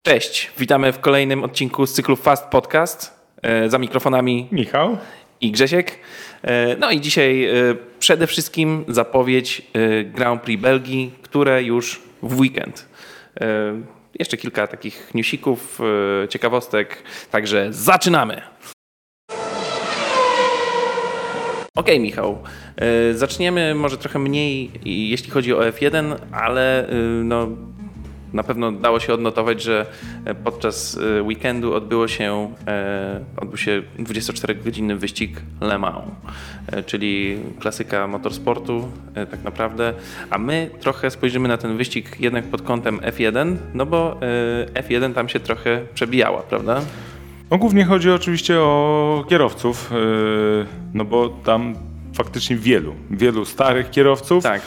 Cześć, witamy w kolejnym odcinku z cyklu Fast Podcast. Za mikrofonami Michał i Grzesiek. No i dzisiaj przede wszystkim zapowiedź Grand Prix Belgii, które już w weekend. Jeszcze kilka takich newsików, ciekawostek, także zaczynamy! Okej, Michał, zaczniemy może trochę mniej, jeśli chodzi o F1, ale na pewno dało się odnotować, że podczas weekendu odbył się 24-godzinny wyścig Le Mans, czyli klasyka motorsportu tak naprawdę, a my trochę spojrzymy na ten wyścig jednak pod kątem F1, no bo F1 tam się trochę przebijała, prawda? No głównie chodzi oczywiście o kierowców, no bo tam faktycznie wielu starych kierowców. Tak,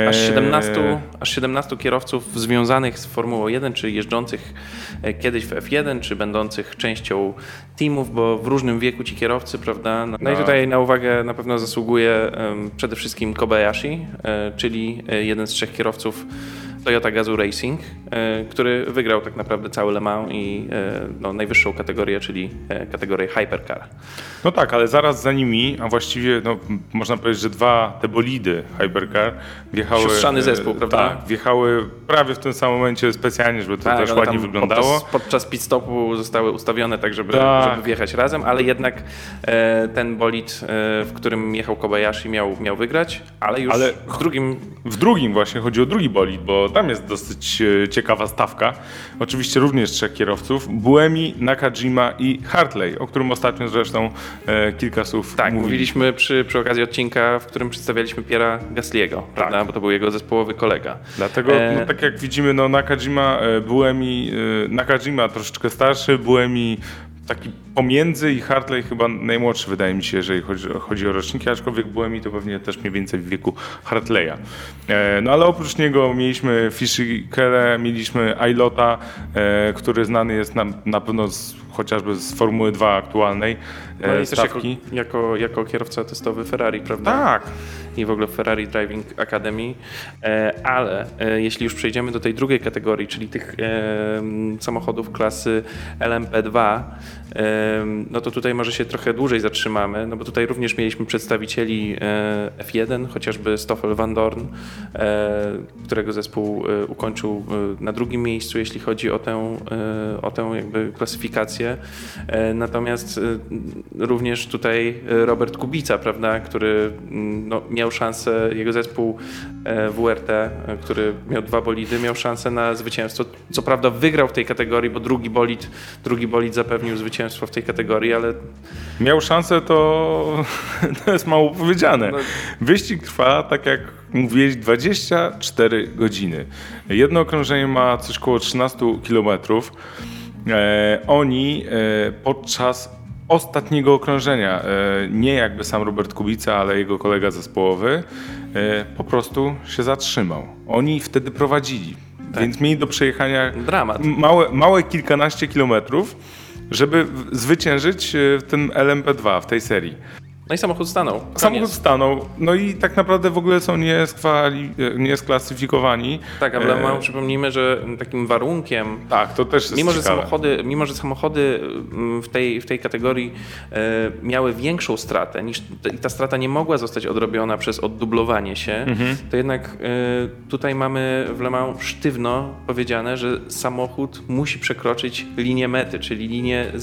aż 17 kierowców związanych z Formułą 1, czy jeżdżących kiedyś w F1, czy będących częścią teamów, bo w różnym wieku ci kierowcy, prawda? No i tutaj na uwagę na pewno zasługuje przede wszystkim Kobayashi, czyli jeden z 3 kierowców Toyota Gazoo Racing, który wygrał tak naprawdę cały Le Mans i najwyższą kategorię, czyli kategorię Hypercar. No tak, ale zaraz za nimi, a właściwie można powiedzieć, że te bolidy Hypercar wjechały... Siostrzany zespół, prawda? Tak, wjechały prawie w tym samym momencie specjalnie, żeby to też ładnie wyglądało. Podczas pit stopu zostały ustawione tak, żeby wjechać razem, ale jednak ten bolid, w którym jechał Kobayashi miał wygrać, ale już w drugim... W drugim właśnie, chodzi o drugi bolid, bo tam jest dosyć ciekawa stawka. Oczywiście również 3 kierowców. Buemi, Nakajima i Hartley, o którym ostatnio zresztą kilka słów mówiliśmy przy okazji odcinka, w którym przedstawialiśmy Pierre'a Gasly'ego, prawda? Bo to był jego zespołowy kolega. Dlatego, tak jak widzimy, Nakajima, Buemi, Nakajima troszeczkę starszy, Buemi taki pomiędzy i Hartley chyba najmłodszy, wydaje mi się, jeżeli chodzi o roczniki, aczkolwiek Buemi to pewnie też mniej więcej w wieku Hartleya. Ale oprócz niego mieliśmy Fisichella, mieliśmy Ailota, który znany jest na pewno chociażby z Formuły 2 aktualnej. No i też jako kierowca testowy Ferrari, prawda? Tak. I w ogóle Ferrari Driving Academy, ale jeśli już przejdziemy do tej drugiej kategorii, czyli tych samochodów klasy LMP2, no to tutaj może się trochę dłużej zatrzymamy, no bo tutaj również mieliśmy przedstawicieli F1, chociażby Stoffel Vandoorne, którego zespół ukończył na drugim miejscu, jeśli chodzi o tę jakby klasyfikację. Natomiast również tutaj Robert Kubica, prawda, który miał szansę, jego zespół WRT, który miał 2 bolidy, miał szansę na zwycięstwo. Co prawda wygrał w tej kategorii, bo drugi bolid zapewnił zwycięstwo w tej kategorii, ale... Miał szansę, to jest mało powiedziane. Wyścig trwa, tak jak mówiłeś, 24 godziny. Jedno okrążenie ma coś koło 13 kilometrów. Oni podczas ostatniego okrążenia, nie jakby sam Robert Kubica, ale jego kolega zespołowy, po prostu się zatrzymał. Oni wtedy prowadzili, więc mieli do przejechania dramat. Małe kilkanaście kilometrów, żeby zwyciężyć w tym LMP2, w tej serii. No i samochód stanął. Samochód stanął, no i tak naprawdę w ogóle są niesklasyfikowani. Tak, ale przypomnijmy, że takim warunkiem... Tak, to też jest mimo że samochody w tej kategorii miały większą stratę, i ta strata nie mogła zostać odrobiona przez oddublowanie się, to jednak tutaj mamy w Le Mans sztywno powiedziane, że samochód musi przekroczyć linię mety, czyli linię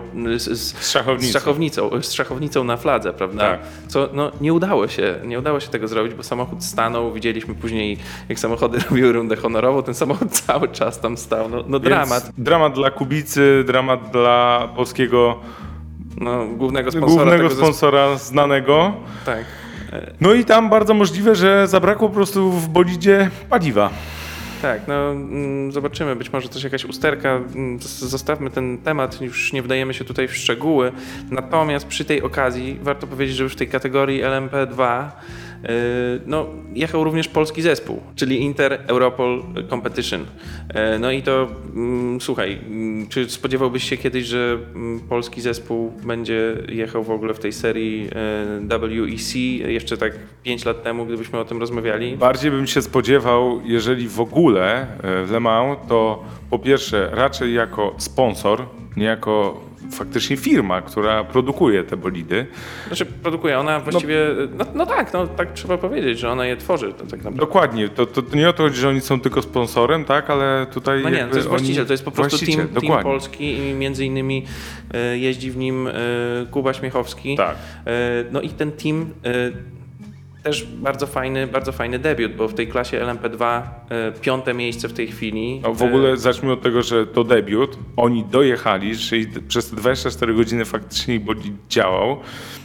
z szachownicą na fladze. Prawda? Tak. Co nie udało się tego zrobić, bo samochód stanął, widzieliśmy później, jak samochody robiły rundę honorową, ten samochód cały czas tam stał, dramat. Dramat dla Kubicy, dramat dla polskiego głównego sponsora znanego. Tak. No i tam bardzo możliwe, że zabrakło po prostu w bolidzie paliwa. Tak, zobaczymy, być może też jakaś usterka, zostawmy ten temat, już nie wdajemy się tutaj w szczegóły, natomiast przy tej okazji warto powiedzieć, że już w tej kategorii LMP2 no, jechał również polski zespół, czyli Inter Europol Competition. No i to, słuchaj, czy spodziewałbyś się kiedyś, że polski zespół będzie jechał w ogóle w tej serii WEC jeszcze tak 5 lat temu, gdybyśmy o tym rozmawiali? Bardziej bym się spodziewał, jeżeli w ogóle w Le Mans, to po pierwsze raczej jako sponsor, nie jako faktycznie firma, która produkuje te bolidy. Znaczy produkuje, ona właściwie, tak trzeba powiedzieć, że ona je tworzy. To tak naprawdę. Dokładnie, to nie o to chodzi, że oni są tylko sponsorem, tak, ale tutaj no nie, to jest właściciel, to jest po prostu team polski i między innymi jeździ w nim Kuba Śmiechowski. Tak. No i ten team też bardzo fajny debiut, bo w tej klasie LMP2 5. miejsce w tej chwili. No, w ogóle zacznijmy od tego, że to debiut. Oni dojechali, czyli przez te 24 godziny faktycznie ich bolid działał.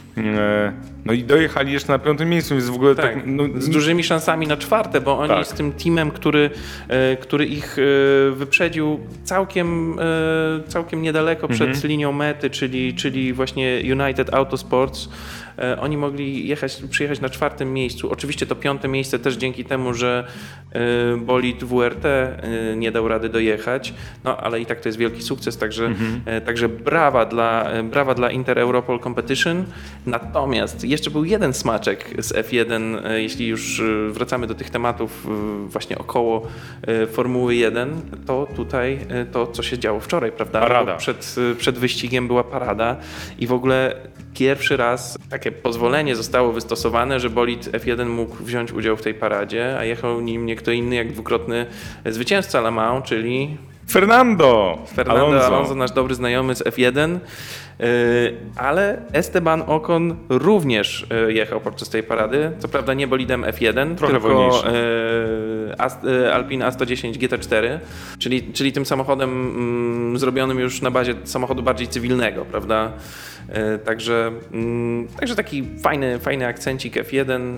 No i dojechali jeszcze na 5. miejscu, więc w ogóle tak z dużymi szansami na 4, bo oni z tym teamem, który ich wyprzedził całkiem niedaleko przed linią mety, czyli właśnie United Autosports. Oni mogli przyjechać na 4. miejscu. Oczywiście to 5. miejsce też dzięki temu, że bolid WRT nie dał rady dojechać, no ale i tak to jest wielki sukces, także brawa dla Inter Europol Competition. Natomiast jeszcze był jeden smaczek z F1, jeśli już wracamy do tych tematów właśnie około Formuły 1, to tutaj to, co się działo wczoraj, prawda? Parada. Przed wyścigiem była parada i w ogóle pierwszy raz takie pozwolenie zostało wystosowane, że bolid F1 mógł wziąć udział w tej paradzie, a jechał nim nie kto inny jak dwukrotny zwycięzca Le Mans, czyli Fernando Alonso, nasz dobry znajomy z F1, ale Esteban Ocon również jechał podczas tej parady. Co prawda nie bolidem F1, trochę tylko Alpine A110 GT4, czyli tym samochodem zrobionym już na bazie samochodu bardziej cywilnego, prawda? Także taki fajny akcencik F1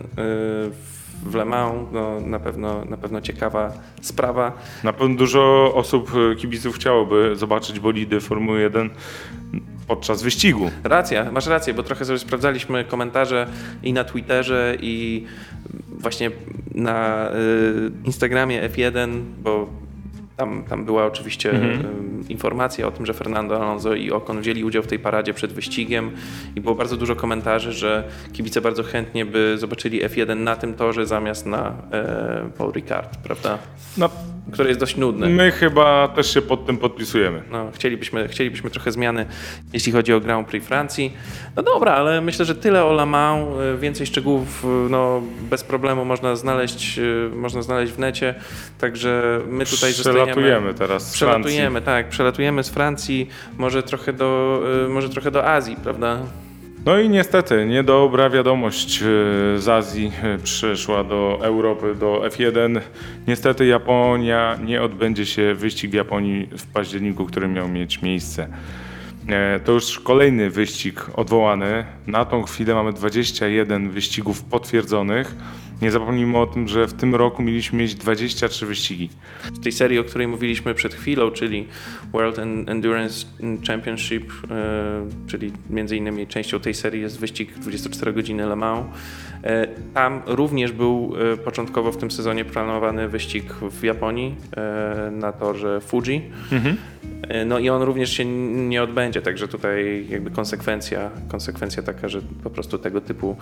w Le Mans, no, na pewno ciekawa sprawa. Na pewno dużo osób, kibiców chciałoby zobaczyć bolidy Formuły 1 podczas wyścigu. Masz rację, bo trochę sobie sprawdzaliśmy komentarze i na Twitterze, i właśnie na Instagramie F1, bo tam była oczywiście informacja o tym, że Fernando Alonso i Ocon wzięli udział w tej paradzie przed wyścigiem i było bardzo dużo komentarzy, że kibice bardzo chętnie by zobaczyli F1 na tym torze zamiast na Paul Ricard, prawda? No, który jest dość nudny. My chyba też się pod tym podpisujemy. No, chcielibyśmy trochę zmiany, jeśli chodzi o Grand Prix Francji. No dobra, ale myślę, że tyle o Le Mans. Więcej szczegółów bez problemu można znaleźć w necie. Także my tutaj przelatujemy teraz z Francji. Przelatujemy z Francji, może trochę do Azji, prawda? No i niestety niedobra wiadomość z Azji przyszła do Europy, do F1. Niestety Japonia, nie odbędzie się wyścig w Japonii w październiku, który miał mieć miejsce. To już kolejny wyścig odwołany. Na tą chwilę mamy 21 wyścigów potwierdzonych. Nie zapomnijmy o tym, że w tym roku mieliśmy mieć 23 wyścigi. W tej serii, o której mówiliśmy przed chwilą, czyli World Endurance Championship, czyli między innymi częścią tej serii jest wyścig 24 godziny Le Mans. Tam również był początkowo w tym sezonie planowany wyścig w Japonii na torze Fuji. No i on również się nie odbędzie, także tutaj jakby konsekwencja taka, że po prostu tego typu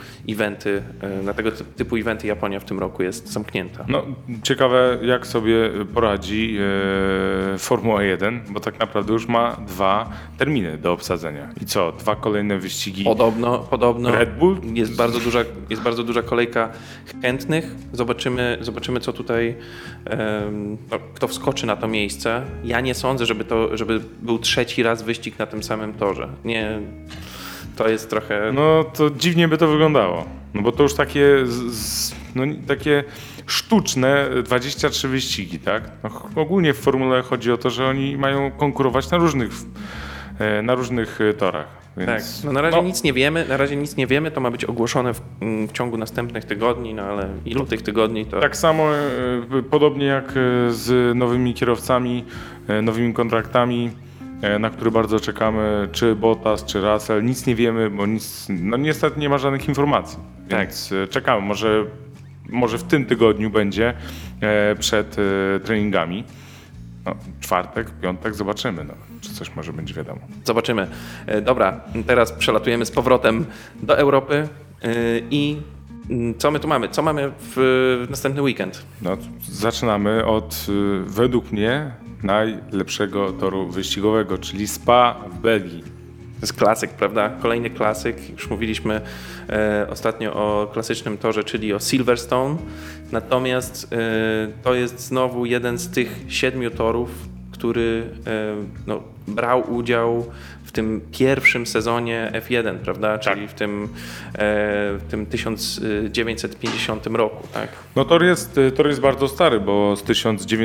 eventy Japonia w tym roku jest zamknięta. No, ciekawe jak sobie poradzi Formuła 1, bo tak naprawdę już ma 2 terminy do obsadzenia. I co? 2 kolejne wyścigi? Podobno Red Bull? Jest bardzo duża kolejka chętnych. Zobaczymy co tutaj, kto wskoczy na to miejsce. Ja nie sądzę, żeby był 3. raz wyścig na tym samym torze. Nie, to jest trochę... No to dziwnie by to wyglądało. No bo to już takie takie sztuczne 23 wyścigi, tak? No, ogólnie w formule chodzi o to, że oni mają konkurować na różnych torach. Więc, tak, na razie nic nie wiemy, to ma być ogłoszone w ciągu następnych tygodni, no ale ilu tych tygodni to... Tak samo, podobnie jak z nowymi kierowcami, nowymi kontraktami, na który bardzo czekamy, czy Bottas, czy Russell. Nic nie wiemy, bo niestety nie ma żadnych informacji. Więc czekamy. Może w tym tygodniu będzie przed treningami. No, czwartek, piątek, zobaczymy, czy coś może będzie wiadomo. Zobaczymy. Dobra, teraz przelatujemy z powrotem do Europy i co my tu mamy? Co mamy w następny weekend? No, zaczynamy od, według mnie, najlepszego toru wyścigowego, czyli Spa w Belgii. To jest klasyk, prawda? Kolejny klasyk. Już mówiliśmy ostatnio o klasycznym torze, czyli o Silverstone. Natomiast to jest znowu jeden z tych 7 torów, który brał udział w tym pierwszym sezonie F1, prawda? Czyli w tym 1950 roku, tak? No tor jest bardzo stary, bo w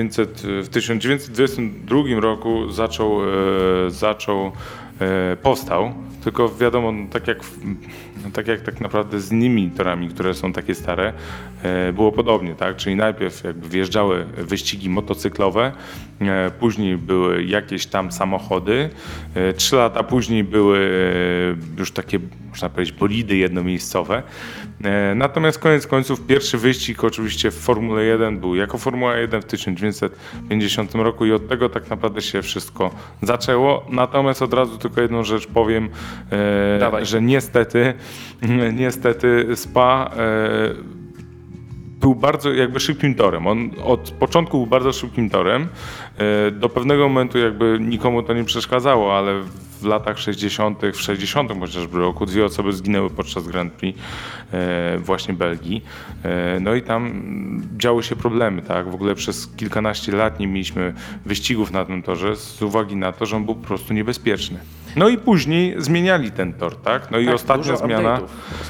1922 roku powstał, tylko wiadomo, tak jak tak naprawdę z innymi torami, które są takie stare, było podobnie, tak? Czyli najpierw jakby wjeżdżały wyścigi motocyklowe, później były jakieś tam samochody, 3 lata później były już takie, można powiedzieć, bolidy jednomiejscowe. Natomiast koniec końców pierwszy wyścig oczywiście w Formule 1 był jako Formuła 1 w 1950 roku i od tego tak naprawdę się wszystko zaczęło. Natomiast od razu tylko jedną rzecz powiem, że niestety Spa był bardzo jakby szybkim torem. On od początku był bardzo szybkim torem. Do pewnego momentu jakby nikomu to nie przeszkadzało, ale w latach 60., w 60. chociażby roku 2 osoby zginęły podczas Grand Prix właśnie Belgii. No i tam działy się problemy, tak? W ogóle przez kilkanaście lat nie mieliśmy wyścigów na tym torze z uwagi na to, że on był po prostu niebezpieczny. No i później zmieniali ten tor, tak? No i ostatnia zmiana.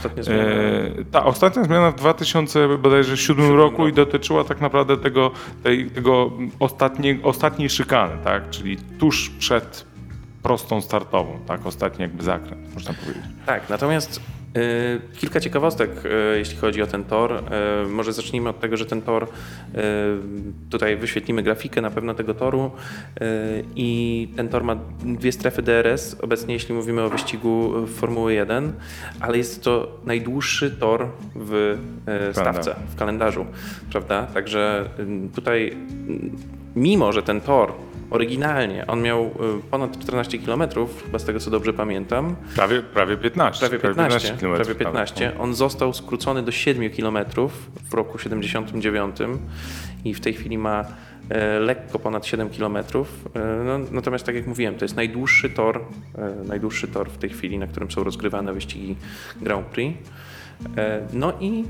Ostatnia zmiana w 2007 roku i dotyczyła tak naprawdę tego ostatniej szykany, tak? Czyli tuż przed prostą startową, tak? Ostatni jakby zakręt, można powiedzieć. Tak, natomiast kilka ciekawostek, jeśli chodzi o ten tor. Może zacznijmy od tego, że ten tor, tutaj wyświetlimy grafikę na pewno tego toru i ten tor ma 2 strefy DRS, obecnie jeśli mówimy o wyścigu Formuły 1, ale jest to najdłuższy tor w stawce, w kalendarzu, prawda? Także tutaj, mimo że ten tor oryginalnie on miał ponad 14 km, chyba z tego co dobrze pamiętam. Prawie 15. Prawie 15. On został skrócony do 7 km w roku 79 i w tej chwili ma lekko ponad 7 km. Natomiast tak jak mówiłem, to jest najdłuższy tor w tej chwili, na którym są rozgrywane wyścigi Grand Prix. No i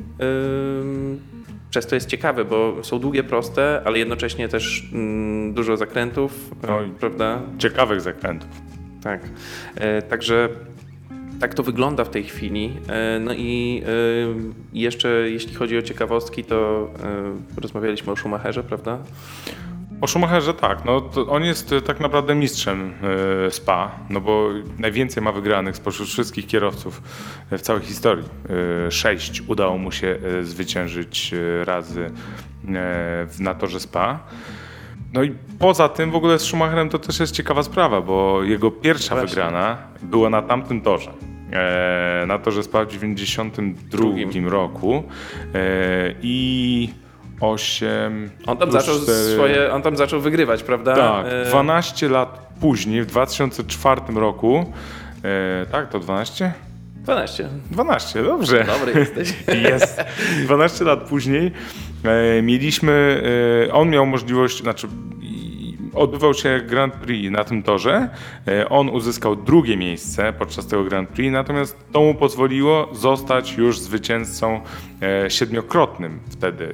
przez to jest ciekawe, bo są długie, proste, ale jednocześnie też dużo zakrętów, prawda? Ciekawych zakrętów. Tak. Także tak to wygląda w tej chwili. No i jeszcze jeśli chodzi o ciekawostki, to rozmawialiśmy o Schumacherze, prawda? O Schumacherze tak, no to on jest tak naprawdę mistrzem Spa, no bo najwięcej ma wygranych spośród wszystkich kierowców w całej historii. 6 udało mu się zwyciężyć razy na torze Spa. No i poza tym w ogóle z Schumacherem to też jest ciekawa sprawa, bo jego pierwsza wygrana była na tamtym torze. Na torze Spa w 1992 roku i 8. On tam zaczął wygrywać, prawda? Tak, 12 lat później, w 2004 roku. Tak, to 12? 12, dobrze. Dobry jesteś. Jest. 12 lat później on miał możliwość, odbywał się Grand Prix na tym torze. On uzyskał 2. miejsce podczas tego Grand Prix, natomiast to mu pozwoliło zostać już zwycięzcą 7-krotnym wtedy.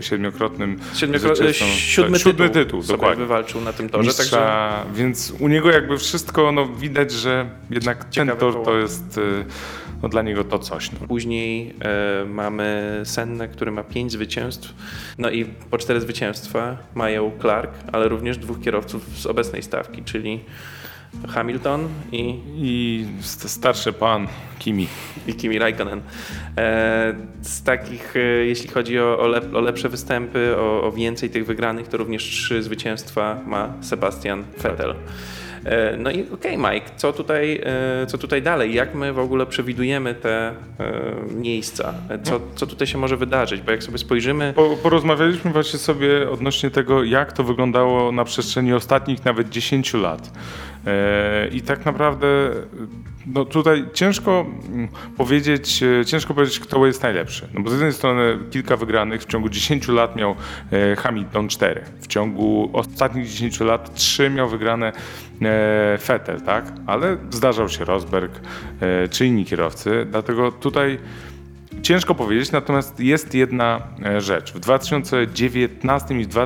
7 tytuł sobie dokładnie. Wywalczył na tym torze. Mistrza, więc u niego jakby wszystko, widać, że jednak ten tor to jest dla niego to coś. Później mamy Sennę, który ma 5 zwycięstw. No i po 4 zwycięstwa mają Clark, ale również 2 kierowców z obecnej stawki, czyli Hamilton i starszy pan Kimi. I Kimi Räikkönen. Z takich, jeśli chodzi o lepsze występy, o więcej tych wygranych, to również 3 zwycięstwa ma Sebastian Vettel. No i okej, Mike, co tutaj dalej? Jak my w ogóle przewidujemy te miejsca? Co tutaj się może wydarzyć? Bo jak sobie spojrzymy... Porozmawialiśmy właśnie sobie odnośnie tego, jak to wyglądało na przestrzeni ostatnich nawet 10 lat. I tak naprawdę no tutaj ciężko powiedzieć, kto jest najlepszy. No bo z jednej strony kilka wygranych w ciągu 10 lat miał Hamilton 4. W ciągu ostatnich 10 lat 3 miał wygrane Vettel, tak? Ale zdarzał się Rosberg czy inni kierowcy, dlatego tutaj ciężko powiedzieć, natomiast jest jedna rzecz. W 2019 i w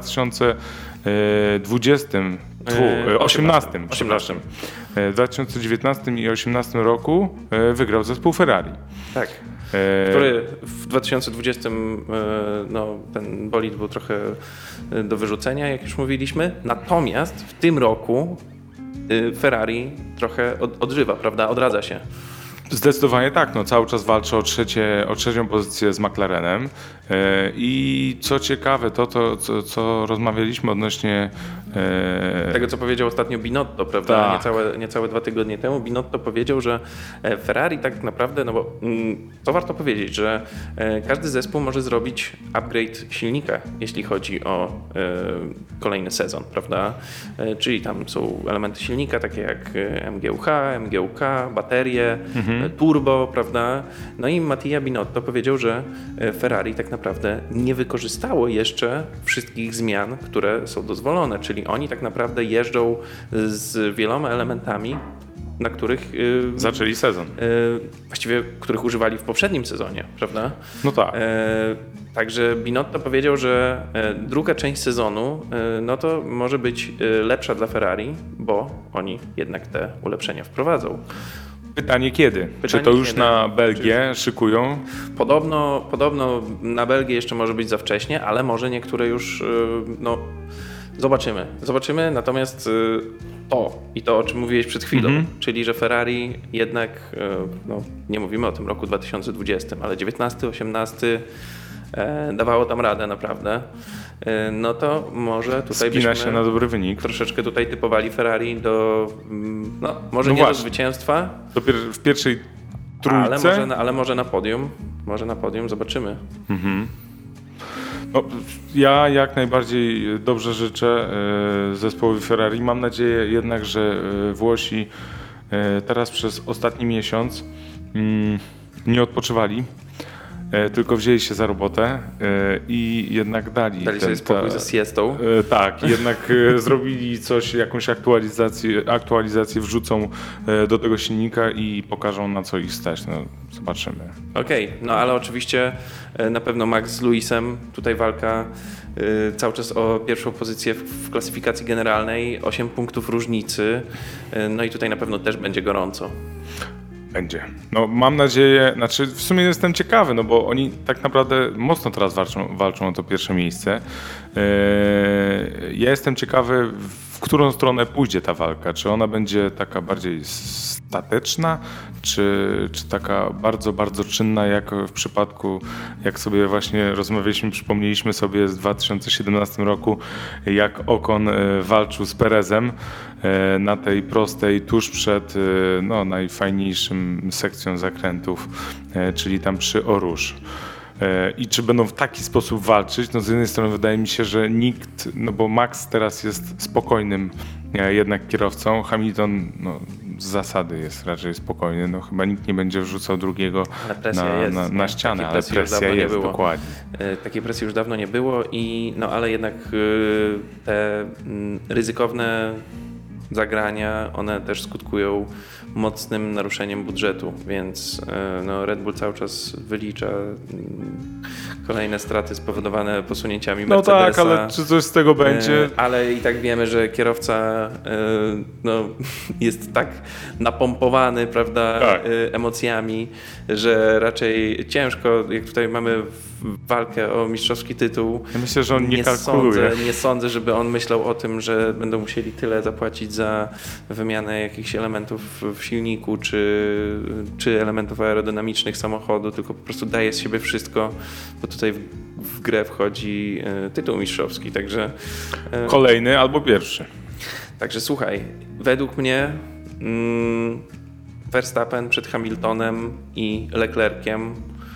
2018, przepraszam. W 2019 i 2018 roku wygrał zespół Ferrari. Tak. Który w 2020 ten bolid był trochę do wyrzucenia, jak już mówiliśmy. Natomiast w tym roku Ferrari trochę odżywa, prawda? Odradza się. Zdecydowanie tak, no cały czas walczy o trzecią pozycję z McLarenem i co ciekawe, co rozmawialiśmy odnośnie tego, co powiedział ostatnio Binotto, prawda? Tak. Niecałe 2 tygodnie temu Binotto powiedział, że Ferrari tak naprawdę, no bo to warto powiedzieć, że każdy zespół może zrobić upgrade silnika, jeśli chodzi o kolejny sezon, prawda? Czyli tam są elementy silnika, takie jak MGUH, baterie, turbo, prawda? No i Mattia Binotto powiedział, że Ferrari tak naprawdę nie wykorzystało jeszcze wszystkich zmian, które są dozwolone, czyli oni tak naprawdę jeżdżą z wieloma elementami, na których zaczęli sezon. Właściwie których używali w poprzednim sezonie, prawda? No tak. Także Binotto powiedział, że druga część sezonu no to może być lepsza dla Ferrari, bo oni jednak te ulepszenia wprowadzą. Pytanie kiedy? Czy to już na Belgię szykują? Podobno na Belgię jeszcze może być za wcześnie, ale może niektóre już, no zobaczymy. Natomiast to, o czym mówiłeś przed chwilą, czyli że Ferrari jednak, no nie mówimy o tym roku 2020, ale 19, 18 dawało tam radę naprawdę, no to może tutaj Spina się na dobry wynik. Troszeczkę tutaj typowali Ferrari do, no może nie do zwycięstwa. W pierwszej trójce. Ale może na podium. Może na podium, zobaczymy. No, ja jak najbardziej dobrze życzę zespołowi Ferrari. Mam nadzieję jednak, że Włosi teraz przez ostatni miesiąc nie odpoczywali, tylko wzięli się za robotę i jednak dali sobie spokój ze siestą. Tak, jednak zrobili coś, jakąś aktualizację wrzucą do tego silnika i pokażą, na co ich stać. No, zobaczymy. Okej, no ale oczywiście na pewno Max z Lewisem, tutaj walka cały czas o pierwszą pozycję w klasyfikacji generalnej, 8 punktów różnicy, no i tutaj na pewno też będzie gorąco. Będzie. No mam nadzieję, znaczy w sumie jestem ciekawy, no bo oni tak naprawdę mocno teraz walczą o to pierwsze miejsce. Ja jestem ciekawy, w którą stronę pójdzie ta walka. Czy ona będzie taka bardziej stateczna, czy taka bardzo, bardzo czynna, jak w przypadku, jak sobie właśnie rozmawialiśmy, przypomnieliśmy sobie z 2017 roku, jak Ocon walczył z Perezem na tej prostej tuż przed najfajniejszym sekcją zakrętów, czyli tam przy Oruż. I czy będą w taki sposób walczyć? No z jednej strony wydaje mi się, że nikt, no bo Max teraz jest spokojnym jednak kierowcą, Hamilton z zasady jest raczej spokojny, no chyba nikt nie będzie wrzucał drugiego na ścianę, ale presja jest, dokładnie. Takiej presji już dawno nie było ale jednak te ryzykowne zagrania, one też skutkują mocnym naruszeniem budżetu, więc Red Bull cały czas wylicza kolejne straty spowodowane posunięciami Mercedesa. No tak, ale czy coś z tego będzie? Ale i tak wiemy, że kierowca jest tak napompowany, prawda, tak, emocjami, że raczej ciężko, jak tutaj mamy walkę o mistrzowski tytuł. Ja myślę, że on nie kalkuluje. Nie sądzę, żeby on myślał o tym, że będą musieli tyle zapłacić za wymianę jakichś elementów w silniku czy elementów aerodynamicznych samochodu, tylko po prostu daje z siebie wszystko, bo tutaj w grę wchodzi tytuł mistrzowski, także... Kolejny albo pierwszy. Także słuchaj, według mnie Verstappen przed Hamiltonem i Leclerciem.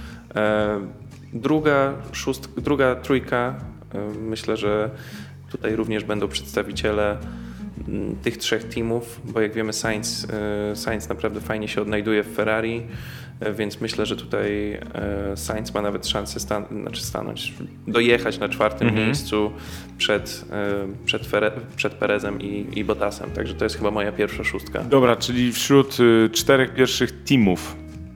Druga trójka, myślę, że tutaj również będą przedstawiciele tych trzech teamów, bo jak wiemy Sainz naprawdę fajnie się odnajduje w Ferrari, więc myślę, że tutaj Sainz ma nawet szansę dojechać na czwartym miejscu przed Perezem i Bottasem, także to jest chyba moja pierwsza szóstka. Dobra, czyli wśród czterech pierwszych teamów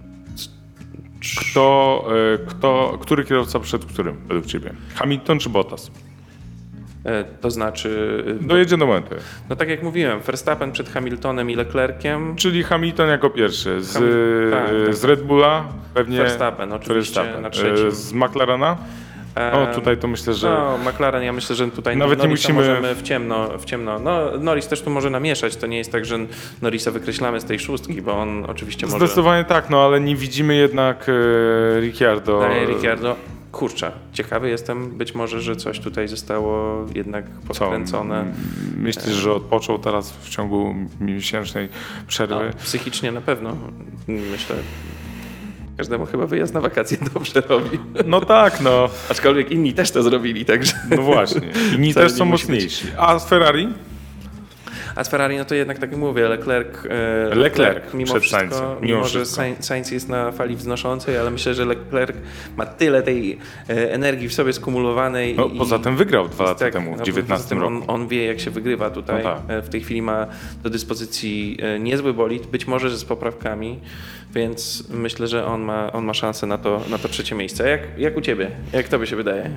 który kierowca przed którym według ciebie? Hamilton czy Bottas? To znaczy... Dojedzie do momentu. No tak jak mówiłem, Verstappen przed Hamiltonem i Leclerciem. Czyli Hamilton jako pierwszy. Z Red Bulla pewnie... Verstappen oczywiście na trzecim. Z McLarena? Tutaj to myślę, że... No, McLaren, ja myślę, że tutaj nawet nie musimy... możemy w ciemno. No, Norris też tu może namieszać. To nie jest tak, że Norrisa wykreślamy z tej szóstki, bo on oczywiście może... Zdecydowanie tak, no ale nie widzimy jednak Ricciardo. Ricciardo. Kurczę, ciekawy jestem, być może, że coś tutaj zostało jednak podkręcone. Myślisz, że odpoczął teraz w ciągu miesięcznej przerwy? No, psychicznie na pewno, myślę. Każdemu chyba wyjazd na wakacje dobrze robi. No tak, no. Aczkolwiek inni też to zrobili, także... No właśnie, inni też są mocniejsi. A z Ferrari? A z Ferrari, no to jednak tak jak mówię, Leclerc mimo przed wszystko, Sainzem, mimo że Sainz jest na fali wznoszącej, ale myślę, że Leclerc ma tyle tej energii w sobie skumulowanej. No, poza tym wygrał 2 lata temu, w 2019 roku. On wie, jak się wygrywa tutaj. No tak. W tej chwili ma do dyspozycji niezły bolid, być może, że z poprawkami, więc myślę, że on ma szansę na to trzecie miejsce. Jak u ciebie? Jak tobie się wydaje?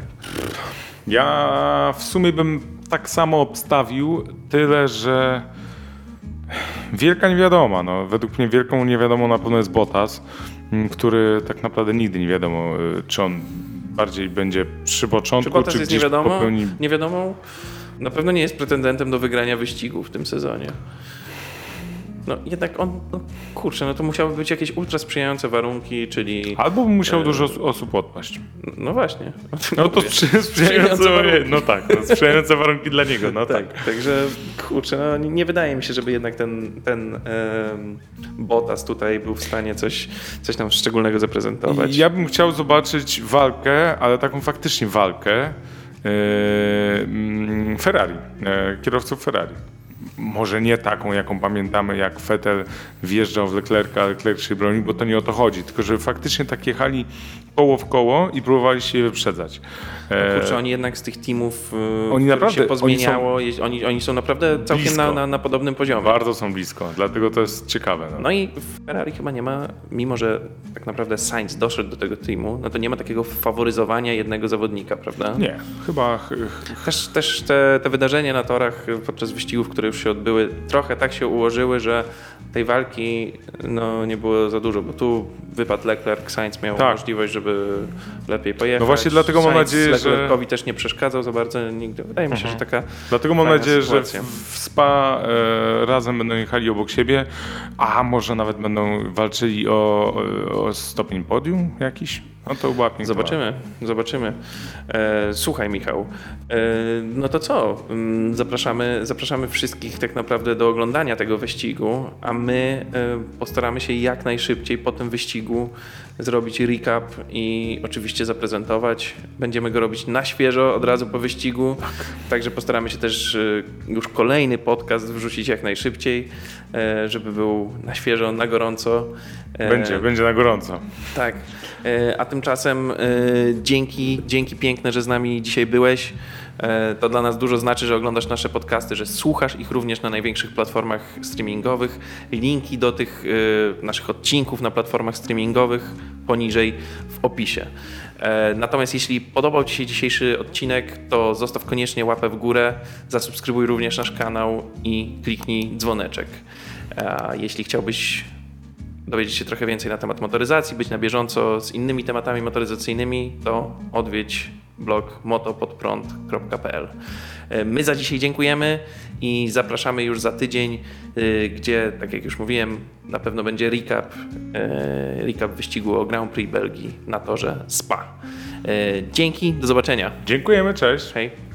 Ja w sumie bym tak samo obstawił, tyle że wielka niewiadoma. No, według mnie wielką niewiadomą na pewno jest Bottas, który tak naprawdę nigdy nie wiadomo, czy on bardziej będzie przy początku, Bottas czy jest gdzieś popełni... niewiadomą? Na pewno nie jest pretendentem do wygrania wyścigu w tym sezonie. No jednak to musiały być jakieś ultra sprzyjające warunki, czyli... Albo musiał dużo osób odpaść. No właśnie. No to sprzyjające warunki dla niego, no tak. Także nie wydaje mi się, żeby jednak ten Bottas tutaj był w stanie coś nam szczególnego zaprezentować. Ja bym chciał zobaczyć walkę, ale taką faktycznie walkę Ferrari, kierowców Ferrari. Może nie taką, jaką pamiętamy, jak Vettel wjeżdżał w Leclerca, a Leclerc się bronił, bo to nie o to chodzi, tylko że faktycznie tak jechali koło w koło i próbowali się je wyprzedzać. Oni jednak z tych teamów naprawdę się pozmieniało, oni są naprawdę całkiem na podobnym poziomie. Bardzo są blisko, dlatego to jest ciekawe. No i w Ferrari chyba nie ma, mimo że tak naprawdę Sainz doszedł do tego teamu, no to nie ma takiego faworyzowania jednego zawodnika, prawda? Nie, chyba... Też te wydarzenia na torach podczas wyścigów, które już się odbyły, trochę tak się ułożyły, że tej walki nie było za dużo, bo tu wypadł Leclerc, Sainz miał możliwość, żeby lepiej pojechać. No właśnie dlatego mam nadzieję, że... Leclercowi też nie przeszkadzał za bardzo nigdy. Wydaje mi się, że taka... Dlatego mam nadzieję, sytuacja. że w Spa razem będą jechali obok siebie, a może nawet będą walczyli o stopień podium jakiś. No to była piękna. Zobaczymy. Słuchaj, Michał, no to co? Zapraszamy wszystkich tak naprawdę do oglądania tego wyścigu, a my postaramy się jak najszybciej po tym wyścigu zrobić recap i oczywiście zaprezentować. Będziemy go robić na świeżo od razu po wyścigu, także postaramy się też już kolejny podcast wrzucić jak najszybciej, żeby był na świeżo, na gorąco. Będzie na gorąco. Tak. A tymczasem dzięki piękne, że z nami dzisiaj byłeś. To dla nas dużo znaczy, że oglądasz nasze podcasty, że słuchasz ich również na największych platformach streamingowych. Linki do tych naszych odcinków na platformach streamingowych poniżej w opisie. Natomiast jeśli podobał Ci się dzisiejszy odcinek, to zostaw koniecznie łapę w górę, zasubskrybuj również nasz kanał i kliknij dzwoneczek. Jeśli chciałbyś dowiedzieć się trochę więcej na temat motoryzacji, być na bieżąco z innymi tematami motoryzacyjnymi, to odwiedź blog motopodprąd.pl. My za dzisiaj dziękujemy i zapraszamy już za tydzień, gdzie, tak jak już mówiłem, na pewno będzie recap wyścigu o Grand Prix Belgii na torze Spa. Dzięki, do zobaczenia. Dziękujemy, cześć. Hej.